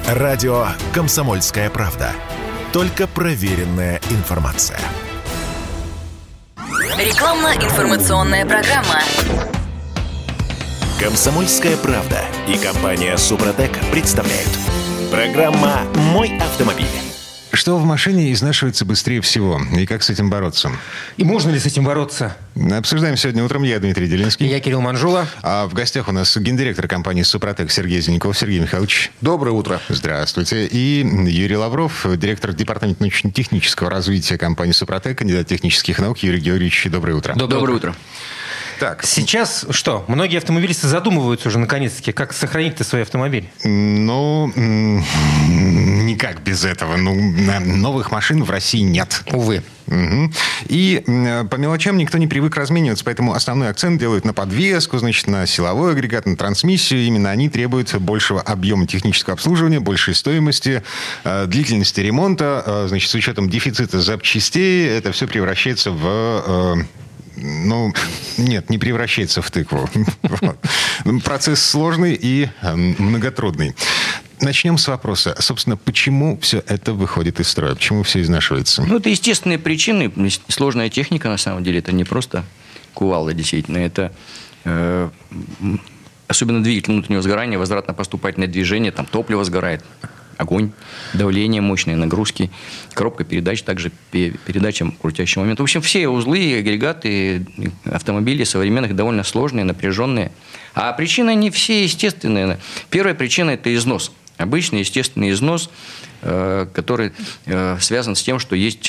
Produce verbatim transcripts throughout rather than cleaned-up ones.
Радио «Комсомольская правда». Только проверенная информация. Рекламно-информационная программа. «Комсомольская правда» и компания «Супротек» представляют. Программа «Мой автомобиль». Что в машине изнашивается быстрее всего? И как с этим бороться? И можно ли с этим бороться? Обсуждаем сегодня утром. Я Дмитрий Делинский. Я Кирилл Манжула. А в гостях у нас гендиректор компании «Супротек» Сергей Зеленков. Сергей Михайлович. Доброе утро. Здравствуйте. И Юрий Лавров, директор департамента научно-технического развития компании «Супротек», кандидат технических наук. Юрий Георгиевич, доброе утро. Доброе, доброе утро. Так. Сейчас что? Многие автомобилисты задумываются уже наконец-таки, как сохранить-то свой автомобиль. Ну, никак без этого. Ну, новых машин в России нет. Увы. Угу. И по мелочам никто не привык размениваться, поэтому основной акцент делают на подвеску, значит, на силовой агрегат, на трансмиссию. Именно они требуют большего объема технического обслуживания, большей стоимости, длительности ремонта. Значит, с учетом дефицита запчастей это все превращается в... Ну, нет, не превращается в тыкву. Процесс сложный и многотрудный. Начнем с вопроса. Собственно, почему все это выходит из строя? Почему все изнашивается? Ну, это естественные причины. Сложная техника, на самом деле. Это не просто кувалда, действительно. Это э, особенно двигатель внутреннего сгорания, возвратно-поступательное движение. Там топливо сгорает, огонь, давление, мощные нагрузки, коробка передач, также передача крутящий момент. В общем, все узлы, агрегаты, автомобили современных довольно сложные, напряженные. А причины не все естественные. Первая причина – это износ. Обычный естественный износ, который связан с тем, что есть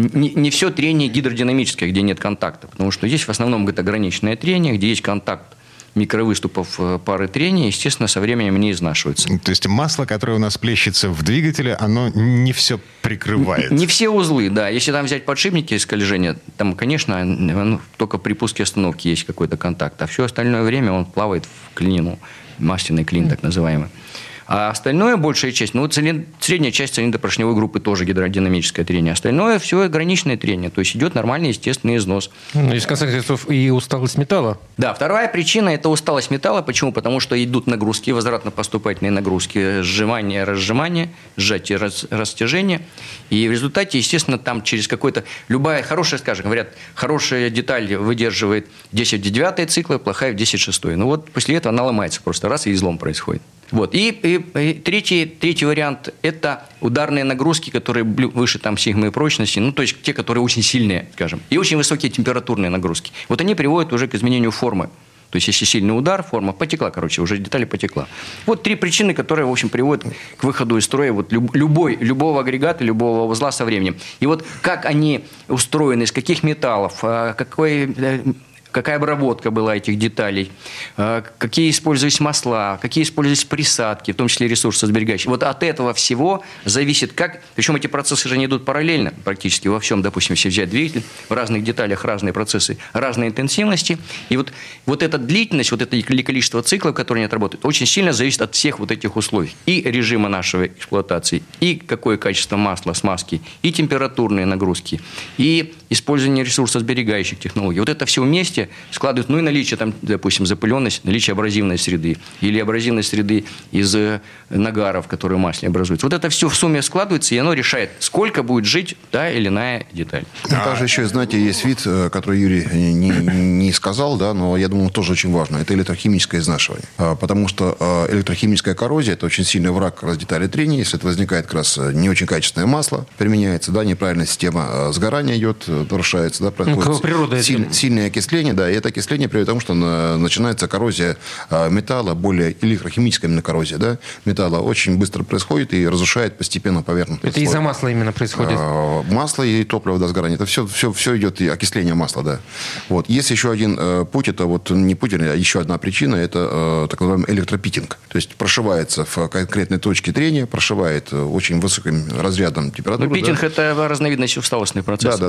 не все трение гидродинамическое, где нет контакта. Потому что есть в основном ограниченное трение, где есть контакт микровыступов пары трения, естественно, со временем не изнашиваются. То есть масло, которое у нас плещется в двигателе, оно не все прикрывает? Не все узлы, да. Если там взять подшипники скольжения, там, конечно, ну, только при пуске остановки есть какой-то контакт, а все остальное время он плавает в клинину, масляный клин так называемый. А остальное, большая часть, ну, цилинд... средняя часть цилиндропоршневой группы тоже гидродинамическое трение. Остальное все ограниченное трение. То есть идет нормальный естественный износ. Ну, из конца концов, и усталость металла. Да, вторая причина – это усталость металла. Почему? Потому что идут нагрузки, возвратно-поступательные нагрузки, сжимание, разжимание, сжатие, раз... растяжение. И в результате, естественно, там через какой-то... Любая хорошая, скажем, говорят, хорошая деталь выдерживает десять в девятый циклы, плохая в десять в шестой. Ну вот после этого она ломается просто раз, и излом происходит. Вот. И, и, и третий, третий вариант – это ударные нагрузки, которые выше там, сигмы и прочности, ну, то есть те, которые очень сильные, скажем, и очень высокие температурные нагрузки. Вот они приводят уже к изменению формы. То есть, если сильный удар, форма потекла, короче, уже деталь потекла. Вот три причины, которые, в общем, приводят к выходу из строя вот любой, любого агрегата, любого узла со временем. И вот как они устроены, из каких металлов, какой... какая обработка была этих деталей, какие использовались масла, какие использовались присадки, в том числе ресурсосберегающие. Вот от этого всего зависит как... Причем эти процессы же не идут параллельно практически во всем. Допустим, если взять двигатель, в разных деталях разные процессы, разной интенсивности. И вот, вот эта длительность, вот это количество циклов, которые они отработают, очень сильно зависит от всех вот этих условий. И режима нашей эксплуатации, и какое качество масла, смазки, и температурные нагрузки, и использование ресурсосберегающих технологий. Вот это все вместе складывают, ну и наличие, там, допустим, запыленность, наличие абразивной среды или абразивной среды из нагаров, которые в масле образуются. Вот это все в сумме складывается, и оно решает, сколько будет жить та или иная деталь. Ну, также еще, знаете, есть вид, который Юрий не, не сказал, да, но я думаю, тоже очень важно. Это электрохимическое изнашивание. Потому что электрохимическая коррозия – это очень сильный враг как раз деталей трения. Если это возникает как раз не очень качественное масло, применяется, да, неправильная система сгорания идет, нарушается, да, происходит ну, силь, сильное окисление, да, и это окисление приводит к тому, что начинается коррозия металла, более электрохимическая именно коррозия, да, металла очень быстро происходит и разрушает постепенно поверхность. Это из-за масла именно происходит? Масло и топливо, да, сгорание. Это все, все, все идет, и окисление масла, да. Вот. Есть еще один э, путь, это вот не путь, а еще одна причина, это э, так называемый электропитинг. То есть прошивается в конкретной точке трения, прошивает очень высоким разрядом температуры. Ну, питинг да. – это разновидность усталостных процессов. Да, да, да, да.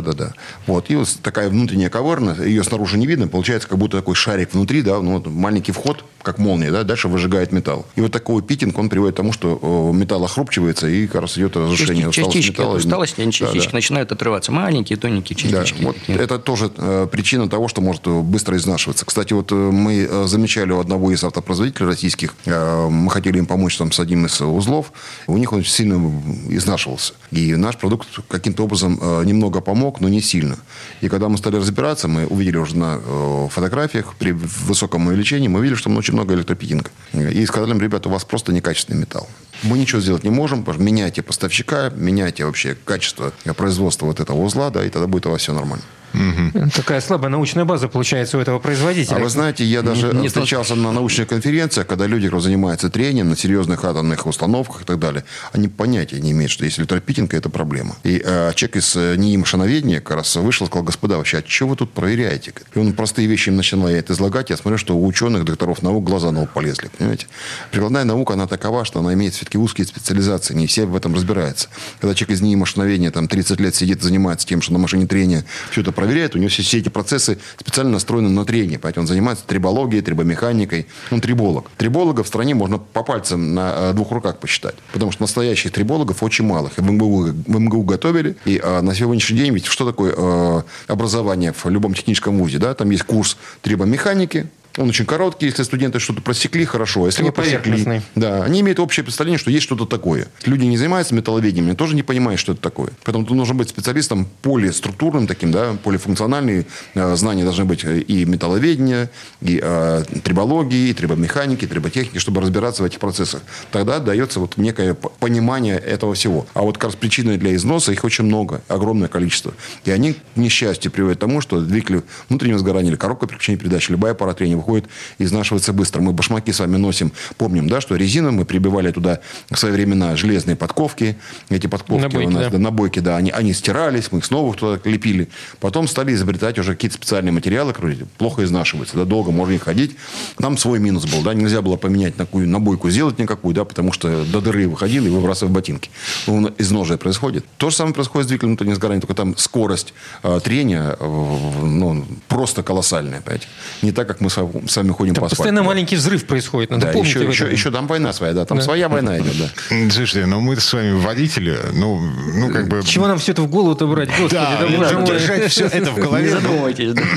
Вот. И вот такая внутренняя каверна, ее снаружи не видно, получается, как будто такой шарик внутри, да, ну, вот маленький вход, как молния, да, дальше выжигает металл. И вот такой питинг, он приводит к тому, что металл охрупчивается, и как раз идет разрушение усталости частички металла. От усталости, они частички да, да. начинают отрываться. Маленькие, тоненькие частички. Да, вот это тоже э, причина того, что может быстро изнашиваться. Кстати, вот э, мы э, замечали у одного из автопроизводителей российских, э, мы хотели им помочь там, с одним из узлов, у них он очень сильно изнашивался. И наш продукт каким-то образом э, немного помог, но не сильно. И когда мы стали разбираться, мы увидели уже на э, фотографиях при высоком увеличении, мы увидели, что там очень много электропитинга. И сказали им, ребята, у вас просто некачественный металл. Мы ничего сделать не можем, меняйте поставщика, меняйте вообще качество производства вот этого узла, да, и тогда будет у вас все нормально. Угу. Такая слабая научная база получается у этого производителя. А вы знаете, я даже не, не встречался на научных конференциях, когда люди, кто занимается трением на серьезных атомных установках и так далее, они понятия не имеют, что если электропитинг, это проблема. И э, человек из э, НИИ машиноведения как раз вышел и сказал, господа, вообще, а что вы тут проверяете? И он простые вещи им начинает излагать, я смотрю, что у ученых, докторов наук глаза на лоб полезли, понимаете? Прикладная наука, она такова, что она имеет все-таки узкие специализации, не все в этом разбираются. Когда человек из НИИ машиноведения там тридцать лет сидит, занимается тем, что на машине трения все это проверяет, у него все, все эти процессы специально настроены на трение. Понимаете? Он занимается трибологией, трибомеханикой. Он триболог. Трибологов в стране можно по пальцам на двух руках посчитать. Потому что настоящих трибологов очень мало. Их в МГУ, в МГУ готовили. И а, на сегодняшний день, ведь что такое а, образование в любом техническом вузе? Да? Там есть курс трибомеханики. Он очень короткий. Если студенты что-то просекли, хорошо. Если не просекли, да, они имеют общее представление, что есть что-то такое. Люди не занимаются металловедением, они тоже не понимают, что это такое. Поэтому ты нужно быть специалистом полиструктурным таким, да, полифункциональный. Знания должны быть и металловедения, и э, трибологии, и трибомеханики, и триботехники, чтобы разбираться в этих процессах. Тогда дается вот некое понимание этого всего. А вот как раз причины для износа, их очень много, огромное количество. И они, к несчастью, приводят к тому, что двигатель внутреннего сгорания или коробка переключения передач, любая аппарат трения выходит, изнашивается быстро. Мы башмаки с вами носим. Помним, да, что резину мы прибивали туда в свои времена железные подковки. Эти подковки набойки, у нас, да. Да, набойки, да, они, они стирались, мы их снова туда лепили. Потом стали изобретать уже какие-то специальные материалы, которые плохо изнашиваются, да, долго можно их ходить. Там свой минус был, да, нельзя было поменять такую набойку, сделать никакую, да, потому что до дыры выходил и выбрасывал в ботинки. Ну, изножие происходит. То же самое происходит с двигателем внутреннего сгорания, только там скорость э, трения э, ну, просто колоссальная, понимаете? Не так, как мы с вами ходим там по асфальту. постоянно маленький взрыв происходит. Надо да, помнить еще, еще, еще там война своя, да, там да. своя война идет, да. Слушайте, ну мы с вами водители, ну, ну как бы... Чего нам все это в голову-то брать? Господи, Да, да, не боже надо мой. держать все это в Не голове. задумывайтесь. Да.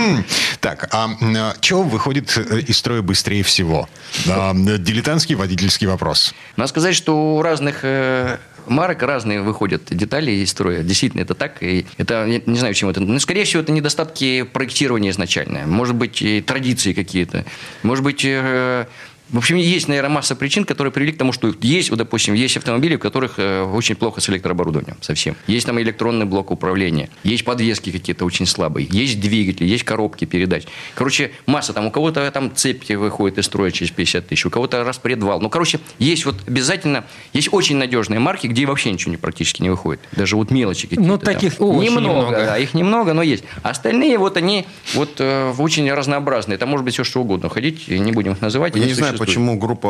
Так, а что выходит из строя быстрее всего? А, дилетантский водительский вопрос. Надо сказать, что у разных э, марок разные выходят детали из строя. Действительно, это так. И это, я не знаю, почему это. Но, скорее всего, это недостатки проектирования изначально. Может быть, и традиции какие-то. Может быть... Э, В общем, есть, наверное, масса причин, которые привели к тому, что есть, вот, допустим, есть автомобили, у которых э, очень плохо с электрооборудованием совсем. Есть там электронный блок управления, есть подвески какие-то очень слабые, есть двигатели, есть коробки передач. Короче, масса там. У кого-то там цепь выходит из строя через пятьдесят тысяч, у кого-то распредвал. Ну, короче, есть вот обязательно, есть очень надежные марки, где вообще ничего не, практически не выходит. Даже вот мелочи какие-то. Ну, таких там. очень немного. немного. Да, их немного, но есть. Остальные вот они вот э, очень разнообразные. Там может быть все, что угодно ходить, не будем их называть. Я не знаю, почему группа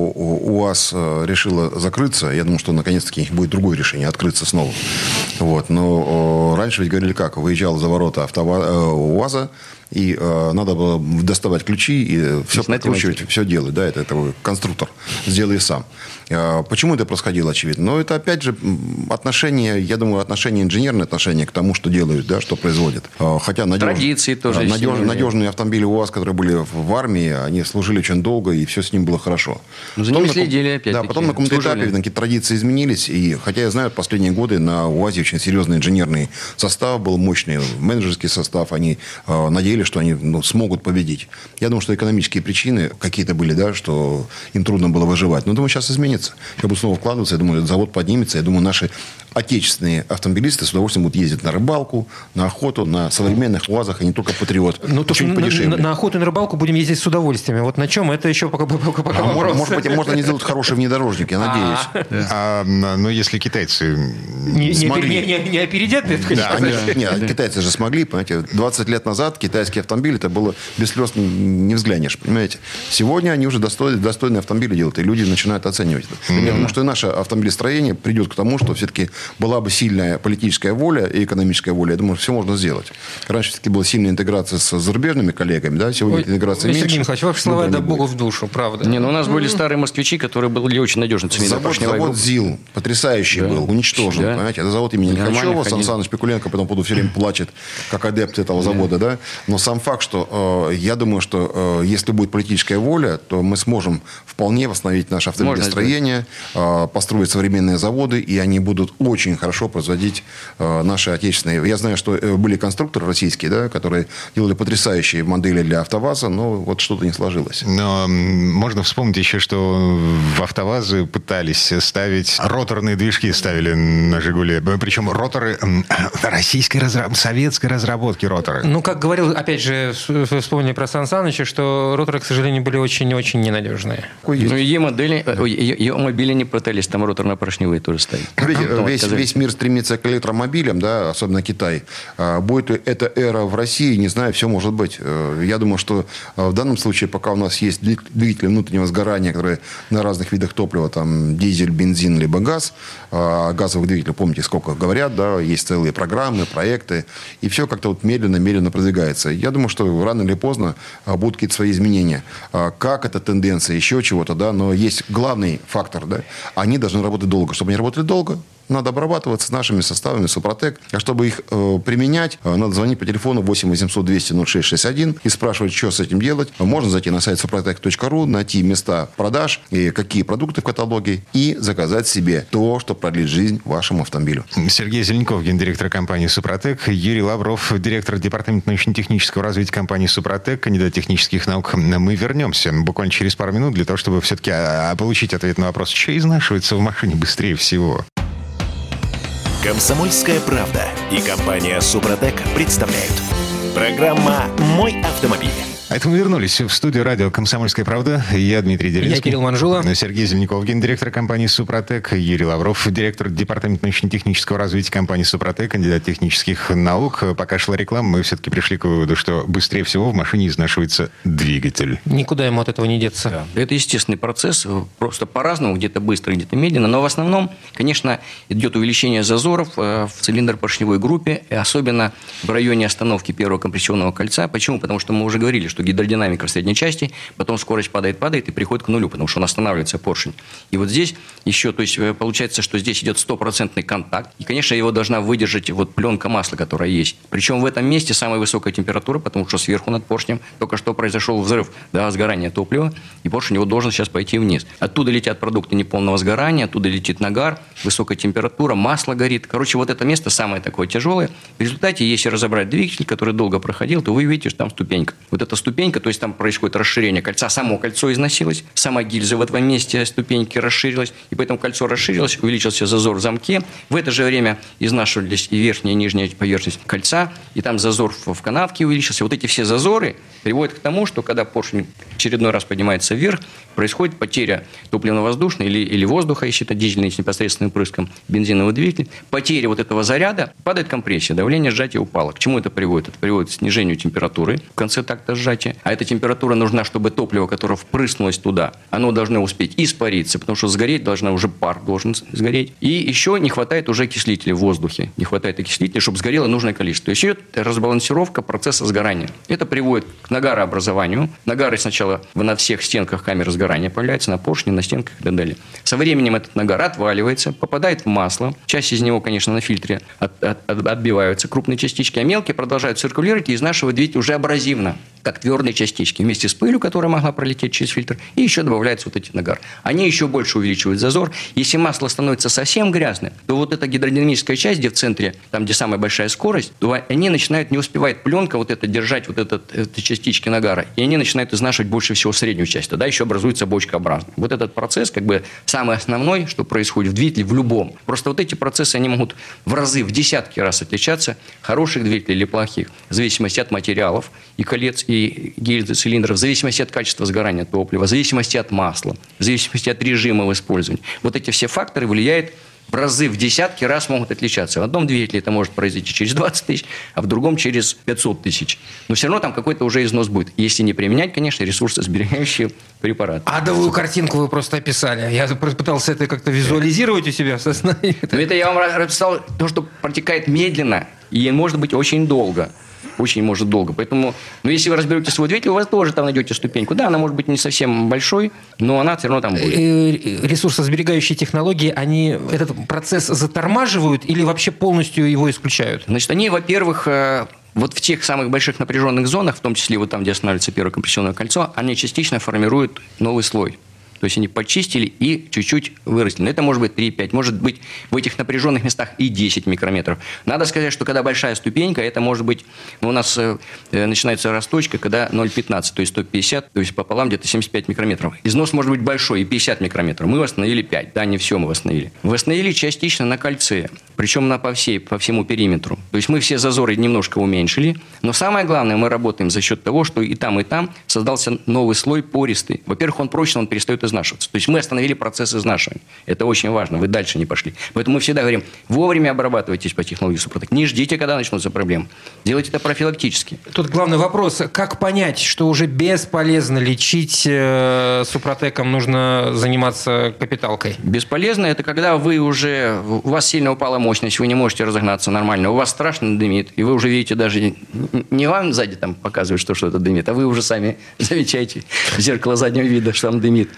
УАЗ решила закрыться. Я думаю, что наконец-таки будет другое решение, открыться снова. Вот. Но раньше ведь говорили как? Выезжал за ворота автова... УАЗа, и э, надо было доставать ключи и все прокручивать, все делать. Да, это, это конструктор. Сделай сам. Э, почему это происходило, очевидно? Но это, опять же, отношение, я думаю, отношение, инженерное отношение к тому, что делают, да, что производят. Э, хотя надеж... Традиции тоже. Надеж... Надежные автомобили УАЗ, которые были в армии, они служили очень долго, и все с ним было хорошо. Но за ними следили, опять-таки. Да, потом на каком-то этапе какие-то традиции изменились. И, хотя я знаю, последние годы на УАЗе очень серьезный инженерный состав был, мощный менеджерский состав. Они э, надеялись, что они ну, смогут победить. Я думаю, что экономические причины какие-то были, да, что им трудно было выживать. Но думаю, сейчас изменится. Я буду снова вкладываться. Я думаю, завод поднимется. Я думаю, наши отечественные автомобилисты с удовольствием будут ездить на рыбалку, на охоту, на современных УАЗах, а не только патриот. Ну, то, очень на, подешевле. На, на охоту и на рыбалку будем ездить с удовольствием. Вот на чем? Это еще пока, пока, пока а вопрос. может быть, можно они сделают хороший внедорожник, я надеюсь. А, ну, если китайцы не, смогли... Не, не, не, не опередят? Да, они, нет, китайцы же смогли, понимаете. двадцать лет назад китайский автомобиль, это было без слез не, не взглянешь, понимаете. Сегодня они уже достойные, достойные автомобили делают, и люди начинают оценивать это. Mm-hmm. Я думаю, что и наше автомобилестроение придет к тому, что все-таки была бы сильная политическая воля и экономическая воля, я думаю, все можно сделать. Раньше все-таки была сильная интеграция с зарубежными коллегами, да, сегодня Ой, интеграция Ой, меньше. Сергей Михайлович, ваши слова, Ну, да не Богу будет. в душу, правда. Не, ну у нас были старые москвичи, которые были очень надежны. Завод, завод ЗИЛ потрясающий Да. был, уничтожен. Да. Понимаете? Это завод имени Нормально Лихачева. Сан ходили. Саныч Пикуленко потом буду все время плачет, как адепт этого завода. Да? Но сам факт, что э, я думаю, что э, если будет политическая воля, то мы сможем вполне восстановить наше автомобилестроение, э, построить современные заводы, и они будут очень хорошо производить э, наши отечественные. Я знаю, что э, были конструкторы российские, да, которые делали потрясающие модели для АвтоВАЗа, но вот что-то не сложилось. Но м, можно вспомнить еще, что в АвтоВАЗы пытались ставить роторные движки, ставили на «Жигули». Причем роторы м, российской, разра- советской разработки роторы. Ну, как говорил, опять же, с- вспомнили про Сан Саныча, что роторы, к сожалению, были очень-очень ненадежные. Такой есть. Ну, Е-модели, ой, Е- Е-мобили не пытались, там роторно-поршневые тоже ставить. Видите, Потом весь, отказались. весь мир стремится к электромобилям, да, особенно Китай. А будет ли эта эра в России, не знаю, все может быть. Э, Я думаю, что э, в данном случае, пока у нас есть двиг- двигатели внутреннего сгорания, которые на разных видах топлива, там дизель, бензин, либо газ, а газовых двигателей, помните, сколько говорят, да, есть целые программы, проекты, и все как-то вот медленно-медленно продвигается. Я думаю, что рано или поздно а, будут какие-то свои изменения. А, Как эта тенденция, еще чего-то, да, но есть главный фактор, да, они должны работать долго. Чтобы они работали долго, надо обрабатываться с нашими составами Супротек. А чтобы их э, применять, э, надо звонить по телефону восемь восемьсот двести ноль шесть шестьдесят один и спрашивать, что с этим делать. Можно зайти на сайт супротек точка ру, найти места продаж, и какие продукты в каталоге, и заказать себе то, что продлит жизнь вашему автомобилю. Сергей Зеленков, гендиректор компании «Супротек», Юрий Лавров, директор департамента научно-технического развития компании «Супротек», кандидат технических наук. Мы вернемся буквально через пару минут для того, чтобы все-таки а, получить ответ на вопрос, что изнашивается в машине быстрее всего. «Комсомольская правда» и компания «Супротек» представляют. Программа «Мой автомобиль». А это мы вернулись в студию радио «Комсомольская правда». Я Дмитрий Делинский. Я Кирилл Манжула. Сергей Зеленков, гендиректор компании «Супротек». Юрий Лавров, директор департамента научно-технического развития компании «Супротек», кандидат технических наук. Пока шла реклама, мы все-таки пришли к выводу, что быстрее всего в машине изнашивается двигатель. Никуда ему от этого не деться. Это естественный процесс, просто по-разному, где-то быстро, где-то медленно, но в основном, конечно, идет увеличение зазоров э, в цилиндр-поршневой группе, и особенно в районе остановки первого компрессионного кольца. Почему? Потому что мы уже говорили, что гидродинамика в средней части, потом скорость падает, падает и приходит к нулю, потому что он останавливается, поршень. И вот здесь еще, то есть э, получается, что здесь идет стопроцентный контакт, и, конечно, его должна выдержать вот пленка масла, которая есть. Причем в этом месте самая высокая температура, потому что сверху над поршнем только что произошел взрыв, да, сгорание топлива, и поршень его должен сейчас пойти вниз. Оттуда летят продукты неполного сгорания, оттуда летит нагар, высокая температура, масло горит. Короче, вот это место самое такое тяжелое. В результате, если разобрать двигатель, который долго проходил, то вы видите, что там ступенька. Вот эта ступенька, то есть там происходит расширение кольца, само кольцо износилось, сама гильза в этом месте ступеньки расширилась, и поэтому кольцо расширилось, увеличился зазор в замке. В это же время изнашивались и верхняя, и нижняя поверхность кольца, и там зазор в канавке увеличился. Вот эти все зазоры приводят к тому, что когда поршень очередной раз поднимается вверх, происходит потеря топливно-воздушной или, или воздуха, если это дизельный с непосредственным впрыском, бензиновый двигатель. Потеря вот этого заряда, падает компрессия, давление сжатия упало. К чему это приводит? Это приводит к снижению температуры в конце такта сжатия. А эта температура нужна, чтобы топливо, которое впрыснулось туда, оно должно успеть испариться, потому что сгореть должна, уже пар должен сгореть. И еще не хватает уже окислителя в воздухе. Не хватает окислителя, чтобы сгорело нужное количество. То есть идет разбалансировка процесса сгорания. Это приводит к нагарообразованию. Нагары сначала на всех стенках камеры сгорания появляются, на поршне, на стенках и так далее. Со временем этот нагар отваливается, попадает в масло. Часть из него, конечно, на фильтре от, от, от, отбиваются крупные частички, а мелкие продолжают циркулировать и изнашивают двигатель уже абразивно, как твердые частички, вместе с пылью, которая могла пролететь через фильтр, и еще добавляется вот эти нагар. Они еще больше увеличивают зазор. Если масло становится совсем грязным, то вот эта гидродинамическая часть, где в центре, там, где самая большая скорость, то они начинают, не успевает пленка вот это держать, вот этот, эти частички нагара, и они начинают изнашивать больше всего среднюю часть. Тогда еще образуется бочкообразный. Вот этот процесс, как бы, самый основной, что происходит в двигателе, в любом. Просто вот эти процессы, они могут в разы, в десятки раз отличаться, хороших двигателей или плохих, в зависимости от материалов и колец, и гильзы, цилиндров, в зависимости от качества сгорания топлива, в зависимости от масла, в зависимости от режима использования. Вот эти все факторы влияют в разы, в десятки раз могут отличаться. В одном двигателе это может произойти через двадцать тысяч, а в другом через пятьсот тысяч. Но все равно там какой-то уже износ будет. Если не применять, конечно, ресурсосберегающие препараты. Адовую картинку вы просто описали. Я пытался это как-то визуализировать у себя в сознании. Но это я вам расписал то, что протекает медленно и может быть очень долго. Очень может долго. Поэтому, ну, если вы разберете свой двигатель, у вас тоже там найдете ступеньку. Да, она может быть не совсем большой, но она все равно там будет. Ресурсосберегающие технологии, они этот процесс затормаживают или вообще полностью его исключают? Значит, они, во-первых, вот в тех самых больших напряженных зонах, в том числе вот там, где останавливается первое компрессионное кольцо, они частично формируют новый слой. То есть они почистили и чуть-чуть вырастили. Но это может быть три-пять, может быть в этих напряженных местах и десять микрометров. Надо сказать, что когда большая ступенька, это может быть, ну, у нас э, начинается росточка, когда ноль целых пятнадцать, то есть сто пятьдесят, то есть пополам где-то семьдесят пять микрометров. Износ может быть большой, и пятьдесят микрометров. Мы восстановили пять, да, не все мы восстановили. Восстановили частично на кольце, причем на, по, всей, по всему периметру. То есть мы все зазоры немножко уменьшили, но самое главное, мы работаем за счет того, что и там, и там создался новый слой пористый. Во-первых, он прочный, он перестает изнашиваться. То есть мы остановили процесс изнашивания. Это очень важно, вы дальше не пошли. Поэтому мы всегда говорим, вовремя обрабатывайтесь по технологии Супротек. Не ждите, когда начнутся проблемы. Делайте это профилактически. Тут главный вопрос, как понять, что уже бесполезно лечить э, Супротеком, нужно заниматься капиталкой? Бесполезно, это когда вы уже, у вас сильно упала мощность, вы не можете разогнаться нормально, у вас страшно дымит, и вы уже видите даже, не вам сзади там показывают, что что-то дымит, а вы уже сами замечаете в зеркало заднего вида, что там дымит.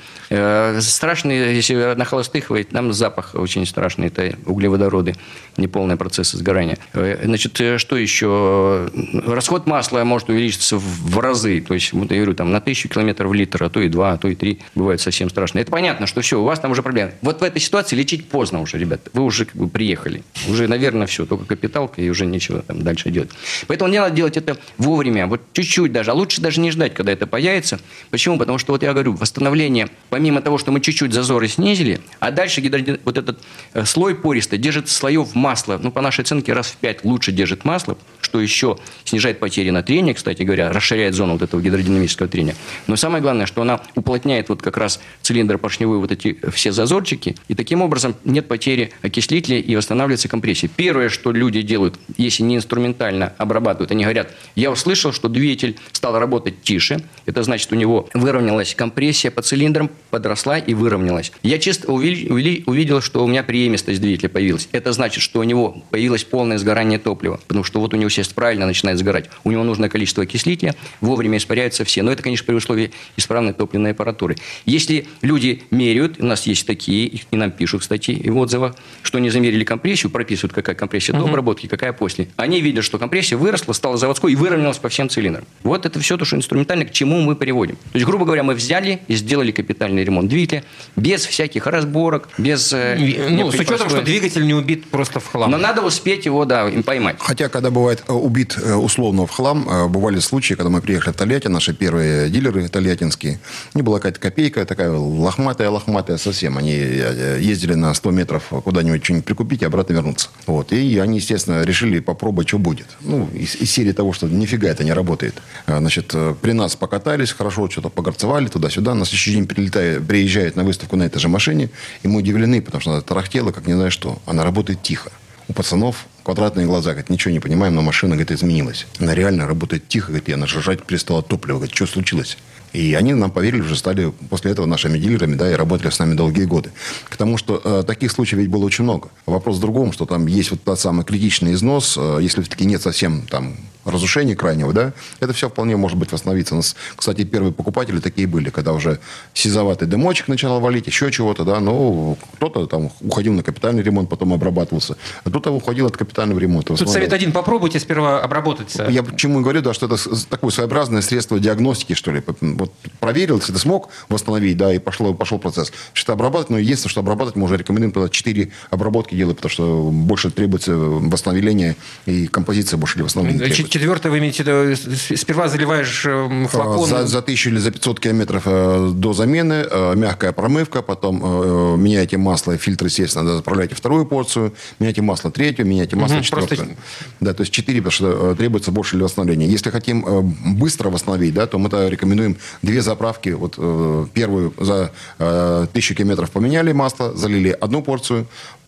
Страшный, если на холостых, там запах очень страшный, это углеводороды, неполные процессы сгорания. Значит, что еще? Расход масла может увеличиться в разы, то есть, вот я говорю, там, на тысячу километров в литр, а то и два, а то и три, бывает совсем страшно. Это понятно, что все, у вас там уже проблемы. Вот в этой ситуации лечить поздно уже, ребят, вы уже как бы приехали, уже, наверное, все, только капиталка, и уже нечего там дальше делать. Поэтому не надо делать это вовремя, вот чуть-чуть даже, а лучше даже не ждать, когда это появится. Почему? Потому что, вот я говорю, восстановление, помимо того, что мы чуть-чуть зазоры снизили, а дальше гидродин... вот этот э, слой пористый держит слоев масла, ну, по нашей оценке, раз в пять лучше держит масло, что еще снижает потери на трение, кстати говоря, расширяет зону вот этого гидродинамического трения. Но самое главное, что она уплотняет вот как раз цилиндр поршневой, вот эти все зазорчики, и таким образом нет потери окислителя и восстанавливается компрессия. Первое, что люди делают, если не инструментально обрабатывают, они говорят, я услышал, что двигатель стал работать тише, это значит, у него выровнялась компрессия по цилиндрам, подросла и выровнялась. Я чисто увидел, увидел, что у меня преемистость двигателя появилась. Это значит, что у него появилось полное сгорание топлива, потому что вот у него сейчас правильно начинает сгорать. У него нужное количество окислителя, вовремя испаряются все. Но это, конечно, при условии исправной топливной аппаратуры. Если люди меряют, у нас есть такие, и нам пишут, кстати, в отзывах, что они замерили компрессию, прописывают, какая компрессия до обработки, какая после. Они видят, что компрессия выросла, стала заводской и выровнялась по всем цилиндрам. Вот это все то, что инструментально, к чему мы приводим. То есть, грубо говоря, мы взяли и сделали капитальный ремонт двигателя без всяких разборок, без... Ну, с учетом, что двигатель не убит просто в хлам. Но надо успеть его, да, поймать. Хотя, когда бывает убит условно в хлам, бывали случаи, когда мы приехали в Тольятти, наши первые дилеры тольяттинские, у них была какая-то копейка, такая лохматая-лохматая совсем. Они ездили на сто метров куда-нибудь что-нибудь прикупить и обратно вернуться. Вот. И они, естественно, решили попробовать, что будет. Ну, из, из серии того, что нифига это не работает. Значит, при нас покатались, хорошо что-то погорцевали туда-сюда. На следующий день прилетают, приезжают на выставку на этой же машине, и мы удивлены, потому что она тарахтела, как не знаю что. Она работает тихо. У пацанов квадратные глаза, говорит, ничего не понимаем, но машина, говорит, изменилась. Она реально работает тихо, говорит, и она жрать перестала топливо. Говорит, что случилось? И они нам поверили, уже стали после этого нашими дилерами, да, и работали с нами долгие годы. К тому, что э, таких случаев ведь было очень много. Вопрос в другом, что там есть вот тот самый критичный износ, э, если все-таки нет совсем там разрушения крайнего, да, это все вполне может быть восстановиться. У нас, кстати, первые покупатели такие были, когда уже сизоватый дымочек начинал валить, еще чего-то, да, но кто-то там уходил на капитальный ремонт, потом обрабатывался, а кто-то уходил от капитального ремонта. Тут совет один, попробуйте сперва обработаться. Я почему говорю, да, что это такое своеобразное средство диагностики, что ли. Вот проверил, если ты смог восстановить, да, и пошло, пошел процесс. Что-то обрабатывать, но единственное, что обрабатывать, мы уже рекомендуем тогда четыре обработки делать, потому что больше требуется восстановления, и композиция больше для восстановления требуется. Четвертое, вы имеете в виду, сперва заливаешь флакон? За, за тысячу или за пятьсот километров до замены, мягкая промывка, потом меняйте масло, фильтр, естественно, заправляйте вторую порцию, меняйте масло третью, меняйте масло угу, четвертую. Просто... Да, то есть четыре, потому что требуется больше для восстановления. Если хотим быстро восстановить, да, то мы рекомендуем две заправки. Вот первую за тысячу километров поменяли масло, залили одну порцию,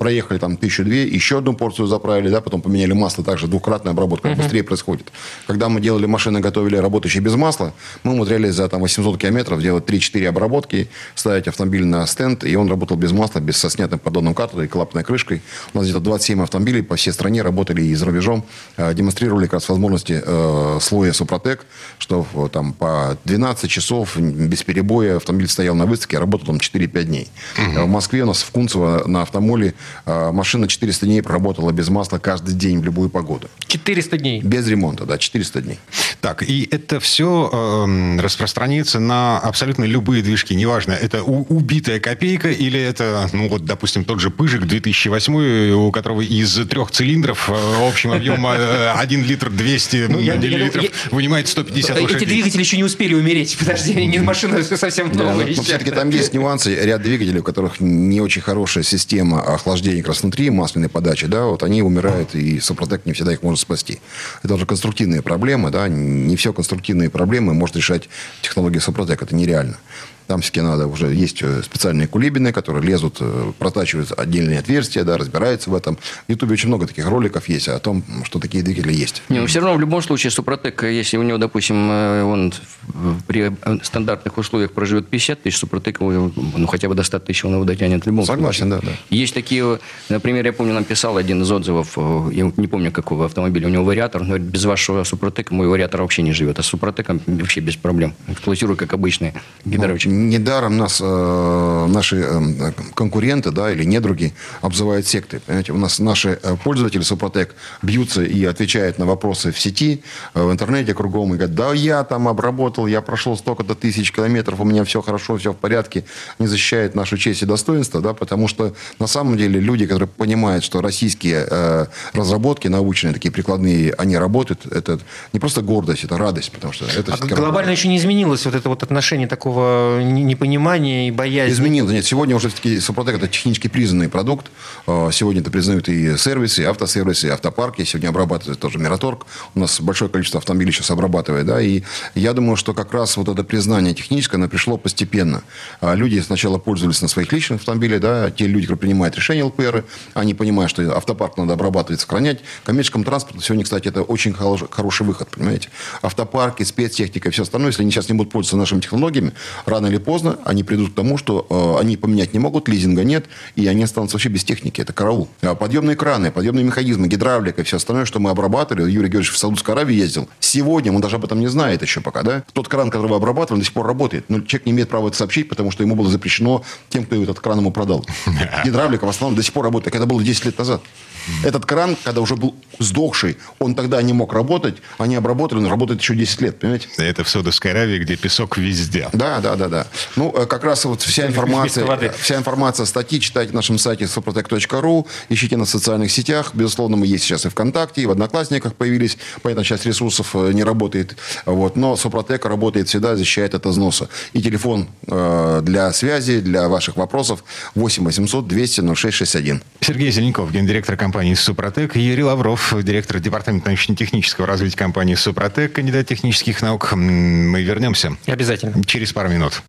проехали там тысячу-две, еще одну порцию заправили, да, потом поменяли масло, также двухкратная обработка, uh-huh. быстрее происходит. Когда мы делали машины, готовили работающие без масла, мы умудрялись за там, восемьсот километров делать три-четыре обработки, ставить автомобиль на стенд, и он работал без масла, без со снятым поддонным катодом и клапанной крышкой. У нас где-то двадцать семь автомобилей по всей стране работали и за рубежом, э, демонстрировали как раз возможности э, слоя Супротек, что э, там по двенадцать часов без перебоя автомобиль стоял на выставке, работал там четыре-пять дней. Uh-huh. В Москве у нас в Кунцево на автомоле э, машина четыреста дней проработала без масла каждый день в любую погоду. четыреста дней? Без ремонта, да, четыреста дней. Так, и это все э, распространяется на абсолютно любые движки. Неважно, это у, убитая копейка или это, ну вот, допустим, тот же Пыжик две тысячи восьмой, у которого из трех цилиндров э, общим объемом один литр двести миллилитров вынимает сто пятьдесят лошадей. Эти двигатели еще не успели умереть. Подожди, не машина совсем новая. Но все-таки там есть нюансы. Ряд двигателей, у которых не очень хорошая система охлаждения как раз внутри, масляной подачи, да, вот они умирают, и Супротек не всегда их может спасти. Это уже конструктивные проблемы, да, не все конструктивные проблемы может решать технология Супротек, это нереально. Там все-таки надо уже... Есть специальные кулибины, которые лезут, протачивают отдельные отверстия, да, разбираются в этом. В Ютубе очень много таких роликов есть о том, что такие двигатели есть. Не, но все равно в любом случае Супротек, если у него, допустим, он при стандартных условиях проживет пятьдесят тысяч, Супротек, ну, хотя бы до ста тысяч он его дотянет в любом Согласен, случае. да, да. Есть такие... Например, я помню, нам писал один из отзывов, я не помню, какого автомобиля, у него вариатор, он говорит, без вашего Супротека мой вариатор вообще не живет, а с Супротеком вообще без проблем. Эксплуатирую, как обычный гидравлический. Ну, недаром нас э, наши э, конкуренты, да, или недруги обзывают сектой. Понимаете, у нас наши пользователи Супротек бьются и отвечают на вопросы в сети, э, в интернете кругом, и говорят, да, я там обработал, я прошел столько-то тысяч километров, у меня все хорошо, все в порядке, не защищает нашу честь и достоинство, да, потому что на самом деле люди, которые понимают, что российские э, разработки научные, такие прикладные, они работают, это не просто гордость, это радость, потому что это... А глобально работает. Еще не изменилось вот это вот отношение такого непонимания и боязни? Изменилось. Нет, сегодня уже все-таки Супротек это технически признанный продукт. Сегодня это признают и сервисы, и автосервисы, и автопарки. Сегодня обрабатывает тоже Мираторг. У нас большое количество автомобилей сейчас обрабатывает. Да? И я думаю, что как раз вот это признание техническое, оно пришло постепенно. Люди сначала пользовались на своих личных автомобилях. Да? Те люди, которые принимают решения эл пэ эр, они понимают, что автопарк надо обрабатывать, сохранять. В коммерческом транспорте сегодня, кстати, это очень хороший выход. Понимаете? Автопарки, спецтехника и все остальное, если они сейчас не будут пользоваться нашими технологиями, рано или поздно они придут к тому, что э, они поменять не могут, лизинга нет, и они останутся вообще без техники. Это караул. А подъемные краны, подъемные механизмы, гидравлика и все остальное, что мы обрабатывали. Юрий Георгиевич в Саудовской Аравии ездил. Сегодня, он даже об этом не знает еще пока, да? Тот кран, который вы обрабатывали, до сих пор работает. Но человек не имеет права это сообщить, потому что ему было запрещено тем, кто этот кран ему продал. Гидравлика в основном до сих пор работает. Это было десять лет назад. Этот кран, когда уже был сдохший, он тогда не мог работать, они обработали, он работает еще десять лет, понимаете? Это в Саудовской Аравии, где песок везде. Да, да, да, да. Ну, как раз вот вся информация, вся информация, статьи читайте на нашем сайте супротек точка ру, ищите на социальных сетях. Безусловно, мы есть сейчас и ВКонтакте, и в Одноклассниках появились. Понятно, часть ресурсов не работает. Вот, но Супротек работает всегда, защищает от износа. И телефон э, для связи, для ваших вопросов восемь восемьсот двести ноль шесть шестьдесят один. Сергей Зеленков, гендиректор компании «Супротек», Юрий Лавров, директор департамента научно-технического развития компании «Супротек», кандидат технических наук. Мы вернемся. Обязательно. Через пару минут.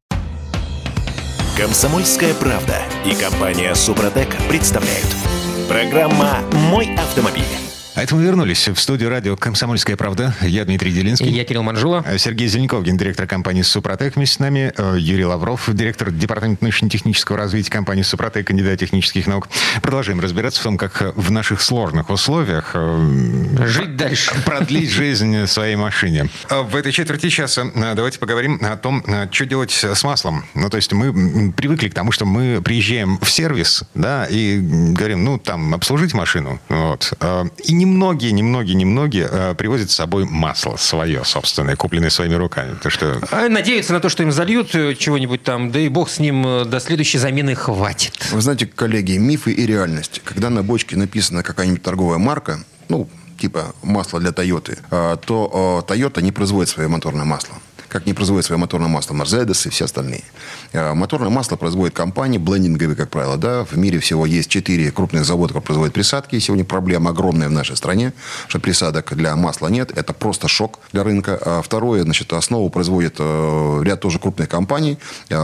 «Комсомольская правда» и компания «Супротек» представляют. Программа «Мой автомобиль». А это мы вернулись в студию радио «Комсомольская правда». Я Дмитрий Делинский. И я Кирилл Манжула. Сергей Зеленков, гендиректор компании «Супротек» вместе с нами. Юрий Лавров, директор департамента научно-технического развития компании «Супротек», кандидат технических наук. Продолжаем разбираться в том, как в наших сложных условиях жить дальше. Продлить жизнь своей машине. В этой четверти часа давайте поговорим о том, что делать с маслом. Ну, то есть мы привыкли к тому, что мы приезжаем в сервис, да, и говорим, ну, там, обслужить машину. Вот. И немногие, немногие, немногие э, привозят с собой масло свое, собственное, купленное своими руками. То, что... Надеются на то, что им зальют чего-нибудь там, да и бог с ним, до следующей замены хватит. Вы знаете, коллеги, мифы и реальность. Когда на бочке написана какая-нибудь торговая марка, ну, типа масло для Тойоты, то Тойота не производит свое моторное масло. как не производят свое моторное масло Mercedes и все остальные. Моторное масло производит компании, блендинговые, как правило. Да? В мире всего есть четыре крупных завода, которые производят присадки. Сегодня проблема огромная в нашей стране, что присадок для масла нет. Это просто шок для рынка. А второе, значит, основу производит ряд тоже крупных компаний.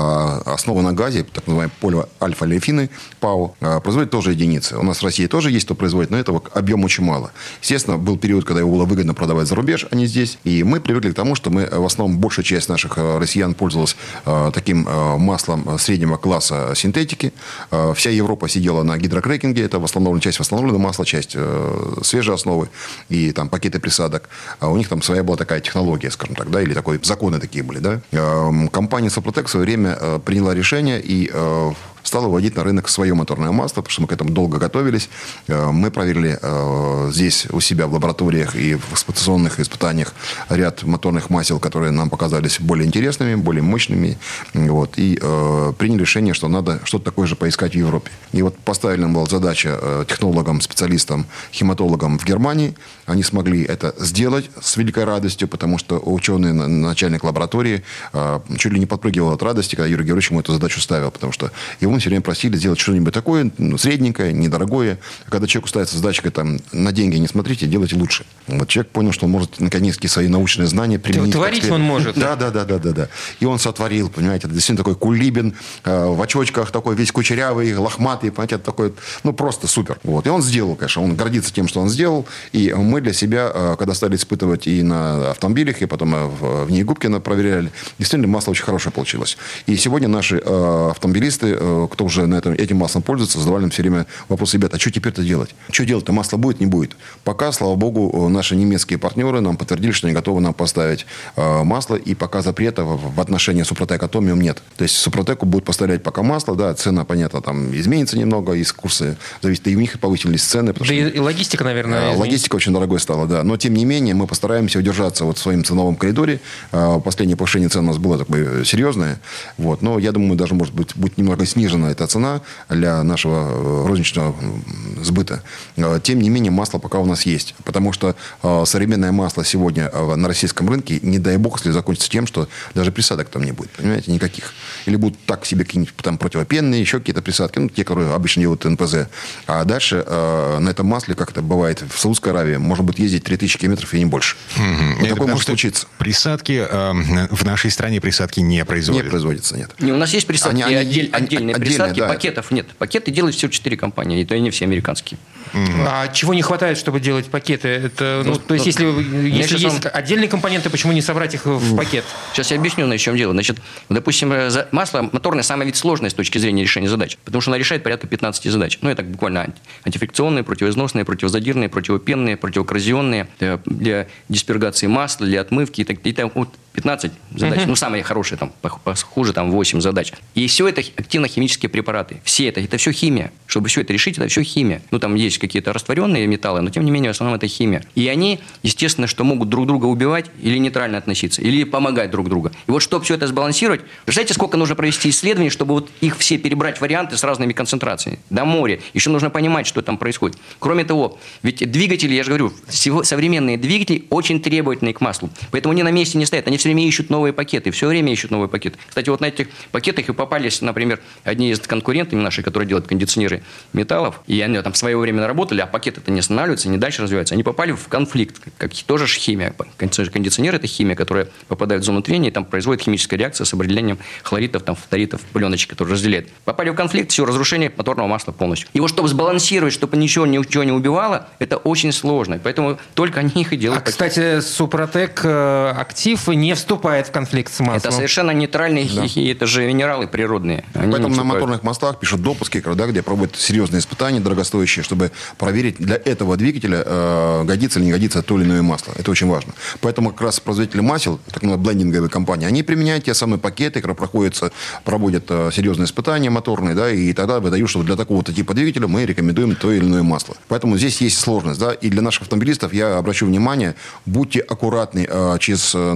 Основа на газе, так называемые полиальфа-олефины, ПАО, производит тоже единицы. У нас в России тоже есть, кто производит, но этого объема очень мало. Естественно, был период, когда его было выгодно продавать за рубеж, а не здесь. И мы привыкли к тому, что мы, в основном, большая часть наших россиян пользовалась таким маслом среднего класса синтетики. Вся Европа сидела на гидрокрекинге. Это в основном часть восстановленного масла, часть свежей основы и там пакеты присадок. А у них там своя была такая технология, скажем так, да, или такой, законы такие были, да. Компания Супротек в свое время приняла решение и стала вводить на рынок свое моторное масло, потому что мы к этому долго готовились. Мы проверили здесь у себя в лабораториях и в эксплуатационных испытаниях ряд моторных масел, которые нам показались более интересными, более мощными. Вот, и э, приняли решение, что надо что-то такое же поискать в Европе. И вот поставили нам была задача технологам, специалистам, химатологам в Германии. Они смогли это сделать с великой радостью, потому что ученый, начальник лаборатории, э, чуть ли не подпрыгивал от радости, когда Юрий Георгиевич ему эту задачу ставил, потому что его все время просили сделать что-нибудь такое, ну, средненькое, недорогое. А когда человеку ставится задачка, там, на деньги не смотрите, делайте лучше. Вот человек понял, что он может наконец-то свои научные знания применить. Творить он может. Да, да, да, да, да, да. И он сотворил, понимаете, это действительно такой Кулибин, э, в очочках такой весь кучерявый, лохматый, понимаете, это такой, ну, просто супер. Вот. И он сделал, конечно, он гордится тем, что он сделал. И мы для себя, э, когда стали испытывать и на автомобилях, и потом в, в Нейгубкино проверяли, действительно, масло очень хорошее получилось. И сегодня наши э, автомобилисты, э, кто уже на этом, этим маслом пользуется, задавали нам все время вопрос: ребята, а что теперь-то делать? Что делать-то? Масло будет, не будет? Пока, слава богу, наши немецкие партнеры нам подтвердили, что они готовы нам поставить э, масло, и пока запрета в, в отношении Супротек Атомиум нет. То есть Супротеку будут поставлять пока масло, да, цена, понятно, там изменится немного, из курса зависит, и у них повысились цены. Да что, и, и логистика, наверное, э, Логистика очень дорогой стала, да. Но, тем не менее, мы постараемся удержаться вот в своем ценовом коридоре. Э, последнее повышение цен у нас было такое серьезное. Вот. Но я думаю, даже, может быть, будет немного снижена эта цена для нашего розничного сбыта. Тем не менее, масло пока у нас есть. Потому что современное масло сегодня на российском рынке, не дай бог, если закончится тем, что даже присадок там не будет. Понимаете, никаких. Или будут так себе какие-нибудь там противопенные, еще какие-то присадки, ну, те, которые обычно делают эн пэ зэ. А дальше на этом масле, как это бывает в Саудовской Аравии, можно будет ездить три тысячи километров и не больше. Mm-hmm. Вот такое может случиться. Присадки э, в нашей стране присадки не производят. Не производятся, нет. Не, у нас есть присадки, они, отдель, они, отдельные отдельные, присадки, да. пакетов нет. Пакеты делают всего четыре компании, и то они все американские. Mm-hmm. А чего не хватает, чтобы делать пакеты? Это, ну, Ну, то есть, ну, если, если есть вам... отдельные компоненты, почему не собрать их в пакет? Сейчас я объясню, на чем дело. Значит, допустим, масло моторное самое ведь сложное с точки зрения решения задач, потому что оно решает порядка пятнадцати задач. Ну, это буквально антифрикционные, противоизносные, противозадирные, противопенные, противокоррозионные, для, для диспергации масла, для отмывки и так далее. Вот пятнадцать задач. Uh-huh. Ну, самые хорошие, там, хуже, там, восемь задач. И все это активно-химические препараты. Все это, это все химия. Чтобы все это решить, это все химия. Ну, там есть какие-то растворенные металлы, но, тем не менее, в основном это химия. И они, естественно, что могут друг друга убивать или нейтрально относиться, или помогать друг другу. И вот, чтобы все это сбалансировать, представляете, сколько нужно провести исследований, чтобы вот их все перебрать варианты с разными концентрациями. До моря. Еще нужно понимать, что там происходит. Кроме того, ведь двигатели, я же говорю, современные двигатели очень требовательны к маслу. Поэтому они на месте не стоят. Они все время ищут новые пакеты. Все время ищут новые пакеты. Кстати, вот на этих пакетах и попались, например, одни из конкурентов наших, которые делают кондиционеры металлов. И они там в свое время наработали, а пакеты-то не останавливаются, не дальше развиваются. Они попали в конфликт. Как, тоже же химия. Кондиционер – это химия, которая попадает в зону трения, и там производит химическая реакция с определением хлоридов, там, фторидов, пленочек, которые разделяют. Попали в конфликт, все, разрушение моторного масла полностью. И вот чтобы сбалансировать, чтобы ничего, ничего не убивало, это очень сложно. Поэтому только они их и делают. А, кстати, Супротек Актив не вступает в конфликт с маслом. Это совершенно нейтральные, да. И это же минералы природные. Они Поэтому на моторных маслах пишут допуски, да, где проводят серьезные испытания, дорогостоящие, чтобы проверить для этого двигателя, э, годится или не годится то или иное масло. Это очень важно. Поэтому как раз производители масел, так называемые блендинговые компании, они применяют те самые пакеты, которые проходятся, проводят э, серьезные испытания моторные, да, и тогда выдают, что для такого-то типа двигателя мы рекомендуем то или иное масло. Поэтому здесь есть сложность, да, и для наших автомобилистов я обращу внимание, будьте аккуратны э, через, наверное, там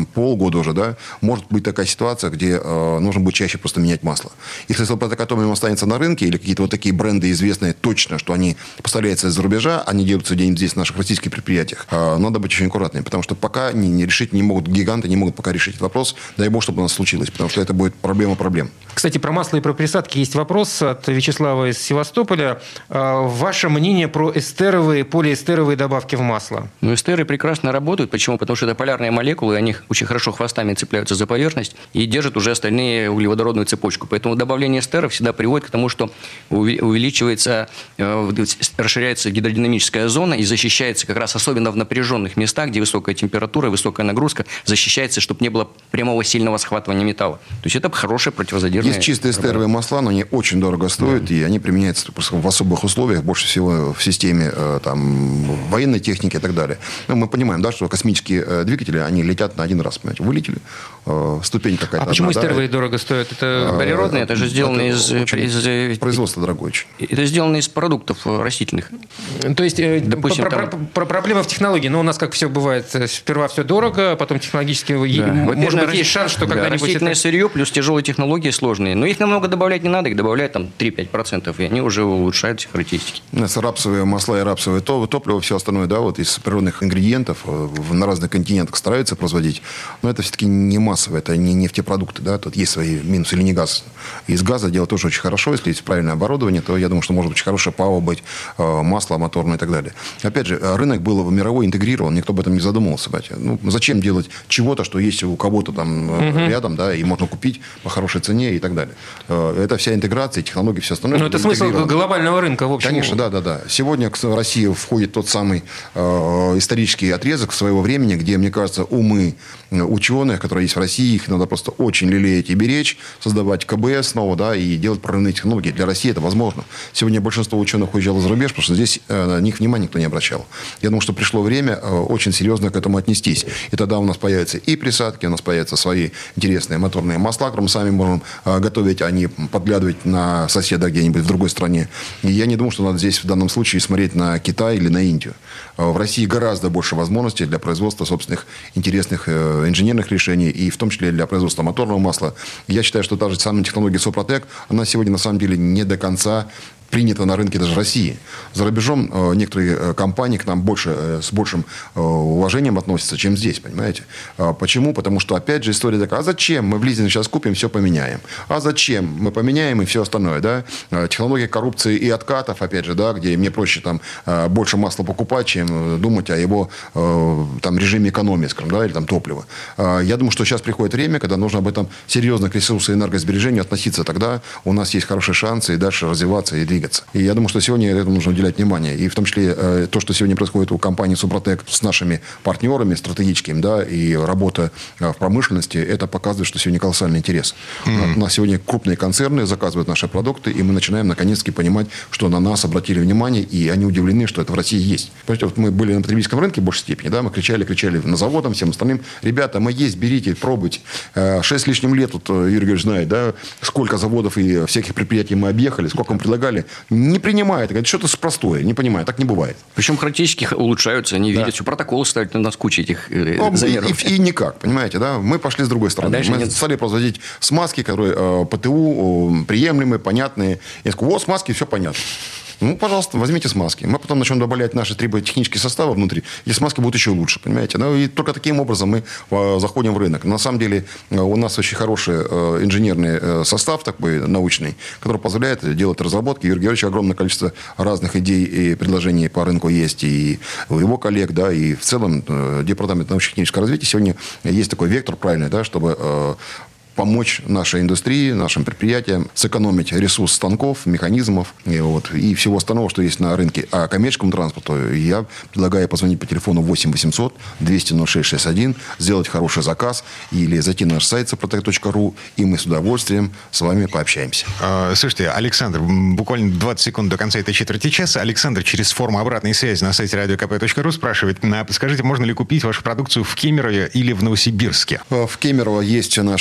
полгода уже, да, может быть такая ситуация, где э, нужно будет чаще просто менять масло. Если Супротек Атомиум останется на рынке, или какие-то вот такие бренды известные точно, что они поставляются из-за рубежа, они делаются где-нибудь здесь, в наших российских предприятиях, э, надо быть очень аккуратными, потому что пока не, не решить не могут, гиганты не могут пока решить этот вопрос, дай бог, чтобы у нас случилось, потому что это будет проблема проблем. Кстати, про масло и про присадки есть вопрос от Вячеслава из Севастополя. Ваше мнение про эстеровые, полиэстеровые добавки в масло? Ну, эстеры прекрасно работают. Почему? Потому что это полярные молекулы, они очень хорошо хвостами цепляются за поверхность и держат уже остальные углеводородную цепочку. Поэтому добавление эстеров всегда приводит к тому, что увеличивается, расширяется гидродинамическая зона и защищается как раз особенно в напряженных местах, где высокая температура, высокая нагрузка, защищается, чтобы не было прямого сильного схватывания металла. То есть это хорошее противозадержное. Есть чистые эстеровые масла, но они очень дорого стоят, да. И они применяются в особых условиях, больше всего в системе там, военной техники и так далее. Но мы понимаем, да, что космические двигатели, они летят на один раз. Понимаете? Вылетели, ступень какая-то. А почему одна, эстеровые да? дорого стоят? Это углеродные, это же сделано это из, из... Производство дорогое очень. Это сделано из продуктов растительных. То есть, допустим, про, там... про, про проблема в технологии. Но у нас, как все бывает, сперва все дорого, а потом технологически... Да. Может быть, есть шанс, что когда-нибудь... Да, растительное это... сырье плюс тяжелые технологии сложные. Но их намного добавлять не надо, их добавляют там три-пять процентов, и они уже улучшают все характеристики. Рапсовые масла и рапсовое топливо, все остальное, да, вот из природных ингредиентов на разных континентах стараются производить. Но это все-таки не массово, это не нефтепродукты, да, тут есть свои минусы или не газ. Из газа делать тоже очень хорошо, если есть правильное оборудование, то я думаю, что может быть очень хорошее ПАО быть, масло моторное и так далее. Опять же, рынок был мировой интегрирован, никто об этом не задумывался. Ну, зачем делать чего-то, что есть у кого-то там угу. рядом, да, и можно купить по хорошей цене и так далее. Это вся интеграция, технологии, все остальное. Но это смысл глобального рынка, в общем. Конечно, да, да, да. Сегодня в Россию входит тот самый э, исторический отрезок своего времени, где, мне кажется, умы ученых, которые есть в России, их надо просто очень лелеять и беречь, создавать КБС снова, да, и делать прорывные технологии. Для России это возможно. Сегодня большинство ученых уезжало за рубеж, потому что здесь э, на них внимания никто не обращал. Я думаю, что пришло время э, очень серьезно к этому отнестись. И тогда у нас появятся и присадки, у нас появятся свои интересные моторные масла, которые мы сами можем э, готовить, а не подглядывать на соседа где-нибудь в другой стране. И я не думаю, что надо здесь в данном случае смотреть на Китай или на Индию. В России гораздо больше возможностей для производства собственных интересных инженерных решений, и в том числе для производства моторного масла. Я считаю, что та же самая технология Супротек, она сегодня на самом деле не до конца принято на рынке даже России. За рубежом э, некоторые э, компании к нам больше, э, с большим э, уважением относятся, чем здесь, понимаете? А почему? Потому что, опять же, история такая, а зачем мы в лизинг сейчас купим, все поменяем? А зачем мы поменяем и все остальное, да? Технология коррупции и откатов, опять же, да, где мне проще там э, больше масла покупать, чем думать о его э, там режиме экономии, скажем, да, или там топлива. Э, я думаю, что сейчас приходит время, когда нужно об этом серьезно к ресурсу и энергосбережению относиться. Тогда у нас есть хорошие шансы и дальше развиваться и двигаться. И я думаю, что сегодня этому нужно уделять внимание. И в том числе э, то, что сегодня происходит у компании Супротек с нашими партнерами стратегическими, да, и работа э, в промышленности, это показывает, что сегодня колоссальный интерес. Mm-hmm. У нас сегодня крупные концерны заказывают наши продукты, и мы начинаем наконец-таки понимать, что на нас обратили внимание, и они удивлены, что это в России есть. Понимаете, вот мы были на потребительском рынке в большей степени, да, мы кричали, кричали на заводам, всем остальным, ребята, мы есть, берите, пробуйте. Э, шесть с лишним лет, вот Юрий Георгиевич знает, да, сколько заводов и всяких предприятий мы объехали, сколько мы предлагали. Не принимает. Говорит, что-то простое. Не понимаю, так не бывает. Причем характеристики улучшаются, они да. видят, что протоколы ставят на нас куча этих э, ну, замеров. И, и, и никак, понимаете, да? Мы пошли с другой стороны. А мы нет. стали производить смазки, которые э, ПТУ э, приемлемые, понятные. Я сказал, вот смазки, все понятно. Ну, пожалуйста, возьмите смазки. Мы потом начнем добавлять наши триботехнические составы внутри, и смазки будут еще лучше, понимаете? Ну, и только таким образом мы э, заходим в рынок. На самом деле э, у нас очень хороший э, инженерный э, состав такой научный, который позволяет делать разработки. Юрий Георгиевич огромное количество разных идей и предложений по рынку есть и у его коллег, да, и в целом э, Департамент научно-технического развития сегодня есть такой вектор правильный, да, чтобы э, помочь нашей индустрии, нашим предприятиям сэкономить ресурс станков, механизмов и, вот, и всего остального, что есть на рынке. А коммерческому транспорту я предлагаю позвонить по телефону восемь восемьсот двести ноль шесть шестьдесят один, сделать хороший заказ или зайти на наш сайт супротек точка ру, и мы с удовольствием с вами пообщаемся. А, слушайте, Александр, буквально двадцать секунд до конца этой четверти часа. Александр через форму обратной связи на сайте радио ка пэ точка ру спрашивает, подскажите, можно ли купить вашу продукцию в Кемерове или в Новосибирске? В Кемерово есть наша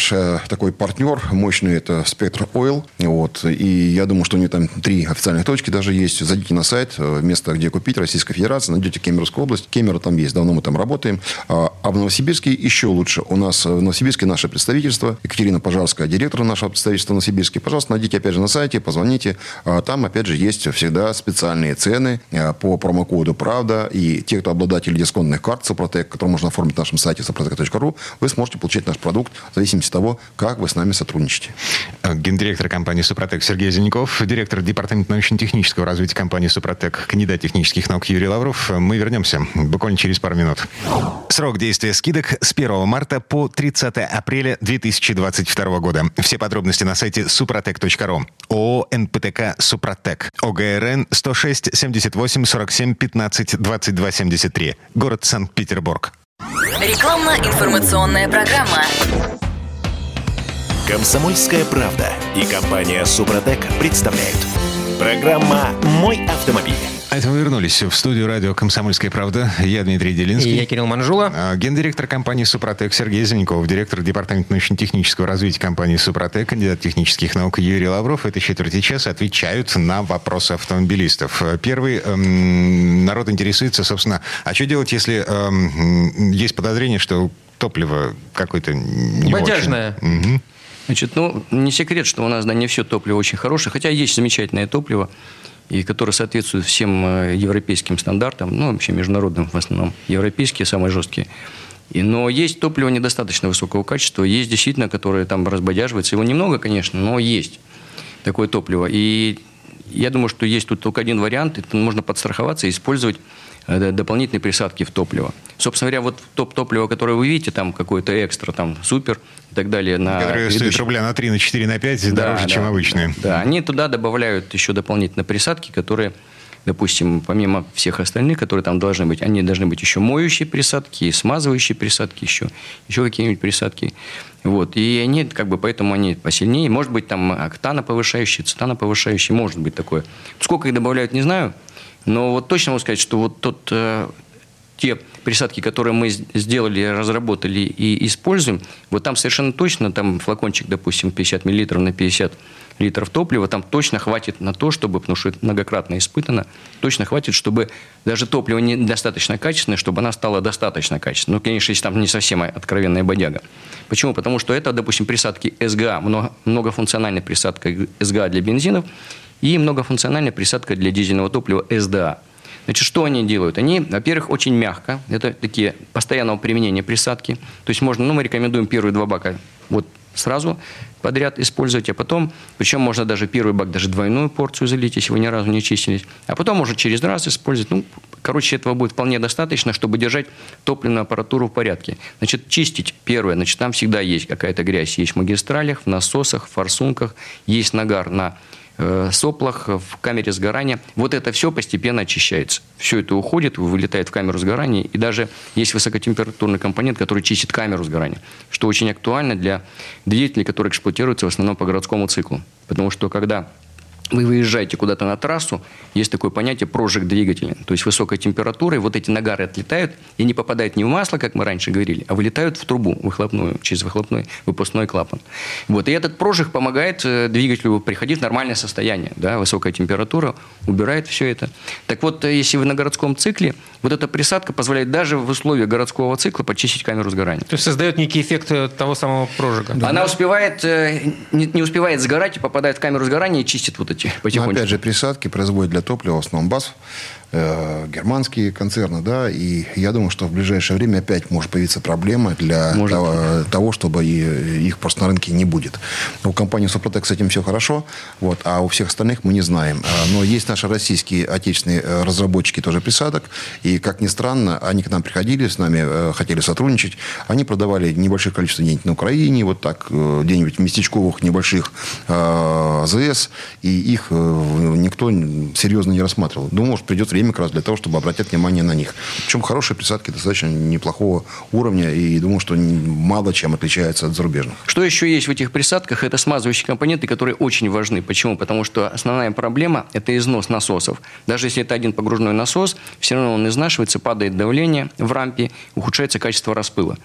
такой партнер мощный, это Spectra Oil. Вот, и я думаю, что у них там три официальных точки даже есть. Зайдите на сайт, место, где купить, Российская Федерация, найдете Кемеровскую область. Кемерово там есть, давно мы там работаем. А в Новосибирске еще лучше. У нас в Новосибирске наше представительство. Екатерина Пожарская, директор нашего представительства в Новосибирске. Пожалуйста, найдите опять же на сайте, позвоните. Там, опять же, есть всегда специальные цены по промокоду «Правда». И те, кто обладатели дисконтных карт Супротек, которые можно оформить на нашем сайте супротек точка ру, вы сможете получить наш продукт в зависимости от того, как вы с нами сотрудничаете. Гендиректор компании «Супротек» Сергей Зеленков, директор департамента научно-технического развития компании «Супротек», кандидат технических наук Юрий Лавров. Мы вернемся буквально через пару минут. Срок действия скидок с первого марта по тридцатое апреля две тысячи двадцать второго года. Все подробности на сайте супротек точка ру. ООО «эн пэ тэ ка «Супротек». ОГРН сто шесть семьдесят восемь сорок семь пятнадцать двадцать два семьдесят три. Город Санкт-Петербург. Рекламно-информационная программа. «Комсомольская правда» и компания «Супротек» представляют. Программа «Мой автомобиль». А это мы вернулись в студию радио «Комсомольская правда». Я Дмитрий Делинский. И я Кирилл Манжула. Гендиректор компании «Супротек» Сергей Зеленков, директор департамента научно-технического развития компании «Супротек», кандидат технических наук Юрий Лавров. Этой четверти часа отвечают на вопросы автомобилистов. Первый. Эм, народ интересуется, собственно, а что делать, если эм, есть подозрение, что топливо какое-то не бодяжное. очень. Угу. Значит, ну, не секрет, что у нас, да, не все топливо очень хорошее, хотя есть замечательное топливо, и которое соответствует всем европейским стандартам, ну, вообще международным в основном, европейские, самые жесткие. И, но есть топливо недостаточно высокого качества, есть действительно, которое там разбодяживается. Его немного, конечно, но есть такое топливо. И я думаю, что есть тут только один вариант, это можно подстраховаться и использовать дополнительные присадки в топливо. Собственно говоря, вот топ-топливо, которое вы видите, там какое-то экстра, там супер и так далее. На которые ведущих... стоят рубля на три, на четыре, на пять, да, дороже, да, чем обычные. Да, да, они туда добавляют еще дополнительно присадки, которые, допустим, помимо всех остальных, которые там должны быть, они должны быть еще моющие присадки, смазывающие присадки, еще, еще какие-нибудь присадки. Вот. И они, как бы, поэтому они посильнее. Может быть, там октаноповышающие, цетаноповышающие, может быть такое. Сколько их добавляют, не знаю. Но вот точно могу сказать, что вот тот, э, те присадки, которые мы сделали, разработали и используем, вот там совершенно точно, там флакончик, допустим, пятьдесят миллилитров на пятьдесят литров топлива, там точно хватит на то, чтобы, потому что это многократно испытано, точно хватит, чтобы даже топливо недостаточно качественное, чтобы оно стало достаточно качественным. Ну, конечно, если там не совсем откровенная бодяга. Почему? Потому что это, допустим, присадки эс гэ а, много, многофункциональная присадка эс гэ а для бензинов, и многофункциональная присадка для дизельного топлива эс дэ а. Значит, что они делают? Они, во-первых, очень мягко. Это такие постоянного применения присадки. То есть можно, ну, мы рекомендуем первые два бака вот сразу подряд использовать, а потом, причем можно даже первый бак, даже двойную порцию залить, если вы ни разу не чистились, а потом можно через раз использовать. Ну, короче, этого будет вполне достаточно, чтобы держать топливную аппаратуру в порядке. Значит, чистить первое, значит, там всегда есть какая-то грязь. Есть в магистралях, в насосах, в форсунках, есть нагар на соплах, в камере сгорания. Вот это все постепенно очищается. Все это уходит, вылетает в камеру сгорания. И даже есть высокотемпературный компонент, который чистит камеру сгорания. Что очень актуально для двигателей, которые эксплуатируются в основном по городскому циклу. Потому что когда вы выезжаете куда-то на трассу, есть такое понятие прожиг двигателя. То есть высокая температура, и вот эти нагары отлетают и не попадают не в масло, как мы раньше говорили, а вылетают в трубу выхлопную, через выхлопной выпускной клапан. Вот. И этот прожиг помогает двигателю приходить в нормальное состояние. Да? Высокая температура убирает все это. Так вот, если вы на городском цикле, вот эта присадка позволяет даже в условиях городского цикла почистить камеру сгорания. То есть создает некий эффект того самого прожига. Да. Она успевает, не, не успевает сгорать и попадает в камеру сгорания и чистит вот эти потихонечку. Но опять же, присадки производят для топлива в основном БАСФ, э, германские концерны, да, и я думаю, что в ближайшее время опять может появиться проблема для того, того, чтобы и, их просто на рынке не будет. У компании «Супротек» с этим все хорошо, вот, а у всех остальных мы не знаем. Но есть наши российские отечественные разработчики тоже присадок, и, как ни странно, они к нам приходили, с нами хотели сотрудничать, они продавали небольшое количество где-нибудь на Украине, вот так, где-нибудь в местечковых небольших э, ЗС, и их никто серьезно не рассматривал. Думаю, может, придет время как раз для того, чтобы обратить внимание на них. Причем хорошие присадки достаточно неплохого уровня, и думаю, что мало чем отличаются от зарубежных. Что еще есть в этих присадках? Это смазывающие компоненты, которые очень важны. Почему? Потому что основная проблема – это износ насосов. Даже если это один погружной насос, все равно он изнашивается, падает давление в рампе, ухудшается качество распыла.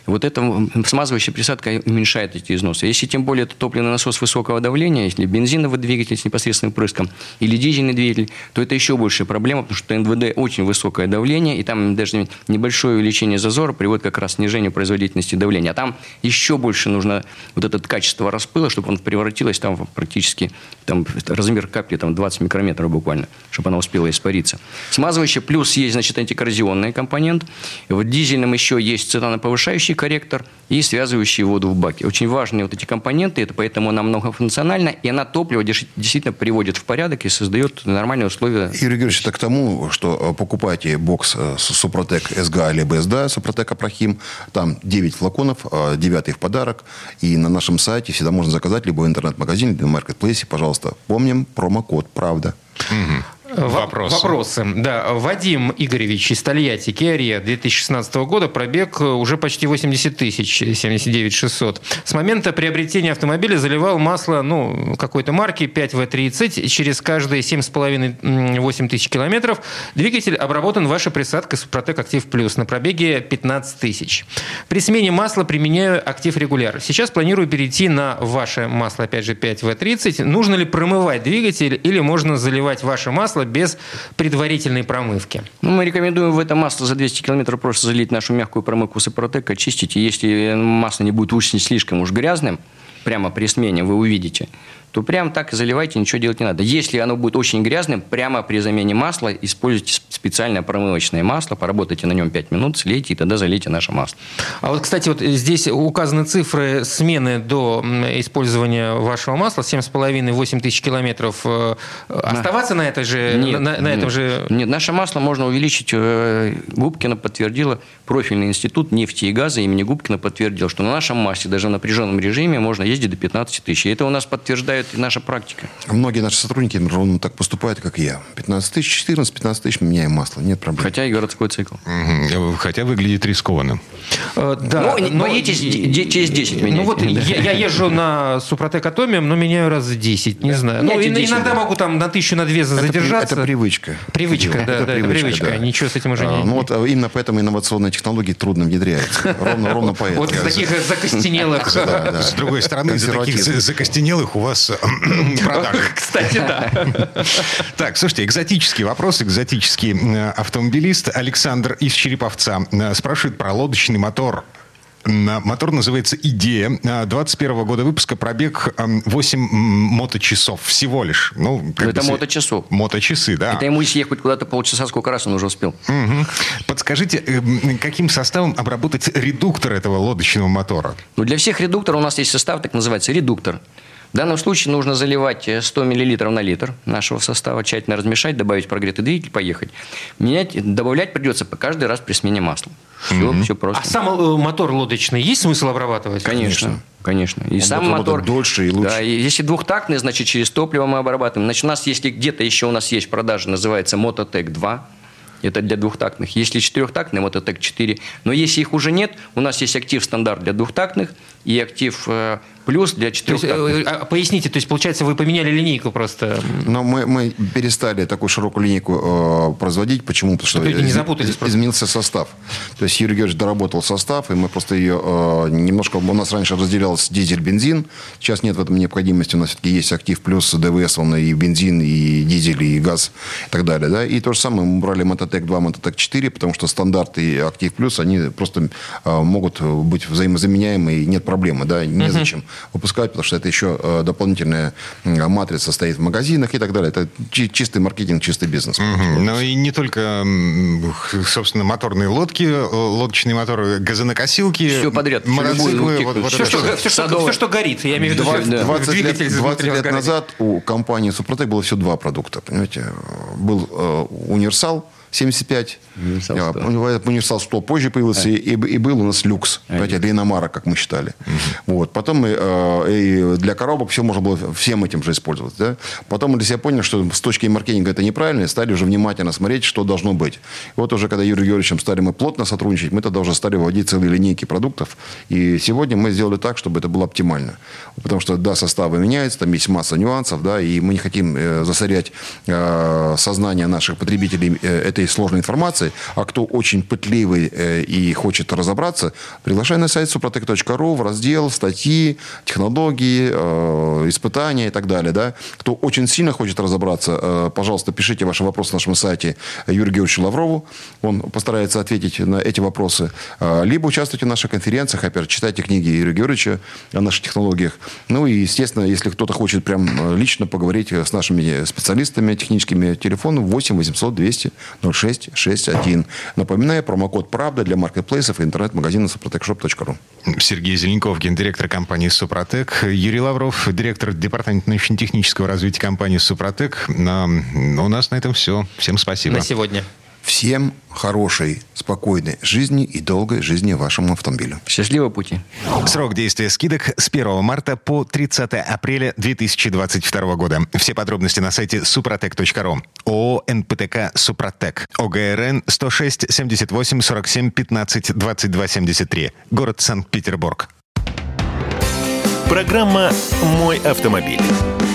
Вот эта смазывающая присадка уменьшает эти износы. Если тем более это топливный насос высокого давления, если бензиновый двигатель с непосредственным прыском или дизельный двигатель, то это еще большая проблема, потому что эн вэ дэ очень высокое давление, и там даже небольшое увеличение зазора приводит как раз к снижению производительности давления. А там еще больше нужно вот это качество распыла, чтобы он превратилось там практически там, размер капли там, двадцать микрометров буквально, чтобы она успела испариться. Смазывающий плюс есть, значит, антикоррозионный компонент. В дизельном еще есть цетаноповышающий корректор и связывающий воду в баке. Очень важные вот эти компоненты, это поэтому она многофункциональна, и она топливо действительно приводит в порядок и создает нормальные условия. Юрий Георгиевич, это к тому, что покупайте бокс Супротек эс гэ а либо эс ди эй Супротек Апрахим, там девять флаконов, девятый в подарок, и на нашем сайте всегда можно заказать, либо в интернет-магазине, либо в маркетплейсе, пожалуйста. Помним промокод «Правда». Угу. Вопросы. Вопросы. Да. Вадим Игоревич из Тольятти, Kia Rio две тысячи шестнадцатого года, пробег уже почти восемьдесят тысяч, семьдесят девять шестьсот. С момента приобретения автомобиля заливал масло, ну, какой-то марки пять вэ тридцать через каждые семь с половиной - восемь тысяч километров. Двигатель обработан вашей присадкой Супротек Актив Плюс на пробеге пятнадцать тысяч. При смене масла применяю Актив Регуляр. Сейчас планирую перейти на ваше масло, опять же, пять вэ тридцать. Нужно ли промывать двигатель или можно заливать ваше масло без предварительной промывки? Ну, мы рекомендуем в это масло за двести километров просто залить нашу мягкую промывку Супротек, очистить. И если масло не будет уж слишком уж грязным, прямо при смене вы увидите, то прям так и заливайте, ничего делать не надо. Если оно будет очень грязным, прямо при замене масла используйте специальное промывочное масло, поработайте на нем пять минут, слейте и тогда залейте наше масло. А вот, кстати, вот здесь указаны цифры смены до использования вашего масла, семь с половиной - восемь тысяч километров. Оставаться на, этой же, нет, на, на нет, этом же... Нет, наше масло можно увеличить. Губкина подтвердила, профильный институт нефти и газа имени Губкина подтвердил, что на нашем масле даже в напряженном режиме можно ездить до пятнадцати тысяч. И это у нас подтверждает и наша практика. Многие наши сотрудники ровно так поступают, как и я. пятнадцать тысяч, четырнадцать - пятнадцать тысяч мы меняем масло, нет проблем. Хотя и городской цикл. Угу. Хотя выглядит рискованным. Э, да, ну, но боитесь но, через десять менять. Ну вот я, я езжу на Супротек Атомиум, но меняю раз в десять, не знаю. Ну, десять, иногда да. могу там на тысячу, на две задержаться. Это привычка. Привычка, да, это да, привычка, привычка. Да. Ничего с этим уже а, не... Ну вот именно поэтому инновационные технологии трудно внедряются. Ровно, ровно поэтому. Вот из таких закостенелых. С другой стороны, из-за таких закостенелых у вас продажи. Кстати, да. Так, слушайте, экзотический вопрос. Экзотический автомобилист Александр из Череповца спрашивает про лодочный мотор. Мотор называется «Идея». двадцать первого года выпуска, пробег восемь моточасов всего лишь. Ну, как это бы, моточасов. Моточасы, да. Это ему если ехать куда-то полчаса, сколько раз он уже успел. Угу. Подскажите, каким составом обработать редуктор этого лодочного мотора? Ну, для всех редукторов у нас есть состав, так называется редуктор. В данном случае нужно заливать сто миллилитров на литр нашего состава, тщательно размешать, добавить прогретый двигатель, поехать. Менять, добавлять придется каждый раз при смене масла. Все, mm-hmm. все просто. А сам мотор лодочный есть смысл обрабатывать? Конечно. Конечно. И он сам мотор дольше и лучше. Да, и если двухтактный, значит, через топливо мы обрабатываем. Значит, у нас, если где-то еще у нас есть в продаже, называется Мототек два. Это для двухтактных. Если четырехтактный, Мототек четыре. Но если их уже нет, у нас есть актив стандарт для двухтактных и актив э, плюс для четырехтактных. То есть, поясните, то есть, получается, вы поменяли линейку просто? Но мы, мы перестали такую широкую линейку э, производить. Почему? Потому что люди не запутались из, изменился состав. То есть Юрий Георгиевич доработал состав, и мы просто ее э, немножко... У нас раньше разделялся дизель-бензин. Сейчас нет в этом необходимости. У нас все-таки есть актив плюс, ДВС, он и бензин, и дизель, и газ, и так далее. Да? И то же самое мы брали Мототек два, Мототек четыре, потому что стандарт и актив плюс, они просто э, могут быть взаимозаменяемы, и нет проблемы. Да? Незачем uh-huh. выпускать, потому что это еще э, дополнительная э, матрица стоит в магазинах и так далее. Это чи- чистый маркетинг, чистый бизнес. Uh-huh. Но и не только, собственно, моторные лодки, лодочные моторы, газонокосилки. Все подряд. Мотоциклы. Вот, вот все, что, все, что, все, что горит. Я имею в виду, двадцать лет, двадцать лет назад у компании Супротек было всего два продукта. Понимаете? Был э, универсал семьдесят пять. Универсал сто. Универсал сто позже появился. А. И, и был у нас люкс. А. Понимаете, для иномара, как мы считали. Угу. Вот. Потом мы, э, и для коробок все можно было всем этим же использовать. Да? Потом мы для себя поняли, что с точки маркетинга это неправильно. И стали уже внимательно смотреть, что должно быть. И вот уже, когда Юрием Георгиевичем стали мы плотно сотрудничать, мы тогда уже стали вводить целые линейки продуктов. И сегодня мы сделали так, чтобы это было оптимально. Потому что, да, составы меняются, там есть масса нюансов, да, и мы не хотим э, засорять э, сознание наших потребителей э, этой всей сложной информацией. А кто очень пытливый и хочет разобраться, приглашаю на сайт супротек точка ру в раздел статьи, технологии, испытания и так далее. Да? Кто очень сильно хочет разобраться, пожалуйста, пишите ваши вопросы на нашем сайте Юрию Георгиевичу Лаврову. Он постарается ответить на эти вопросы. Либо участвуйте в наших конференциях, опять читайте книги Юрия Георгиевича о наших технологиях. Ну и, естественно, если кто-то хочет прям лично поговорить с нашими специалистами техническими, телефон восемь восемьсот двести ноль шесть шесть один. Напоминаю, промокод «Правда» для маркетплейсов и интернет-магазина супротек шоп точка ру. Сергей Зеленков, гендиректор компании «Супротек». Юрий Лавров, директор департамента научно-технического развития компании «Супротек». У нас на этом все. Всем спасибо. На сегодня. Всем хорошей, спокойной жизни и долгой жизни вашему автомобилю. Счастливого пути. Срок действия скидок с первого марта по тридцатое апреля две тысячи двадцать второго года. Все подробности на сайте супротек точка ру. ООО эн пэ тэ ка «Супротек». ОГРН сто шесть семьдесят восемь сорок семь пятнадцать двадцать два семьдесят три. Город Санкт-Петербург. Программа «Мой автомобиль».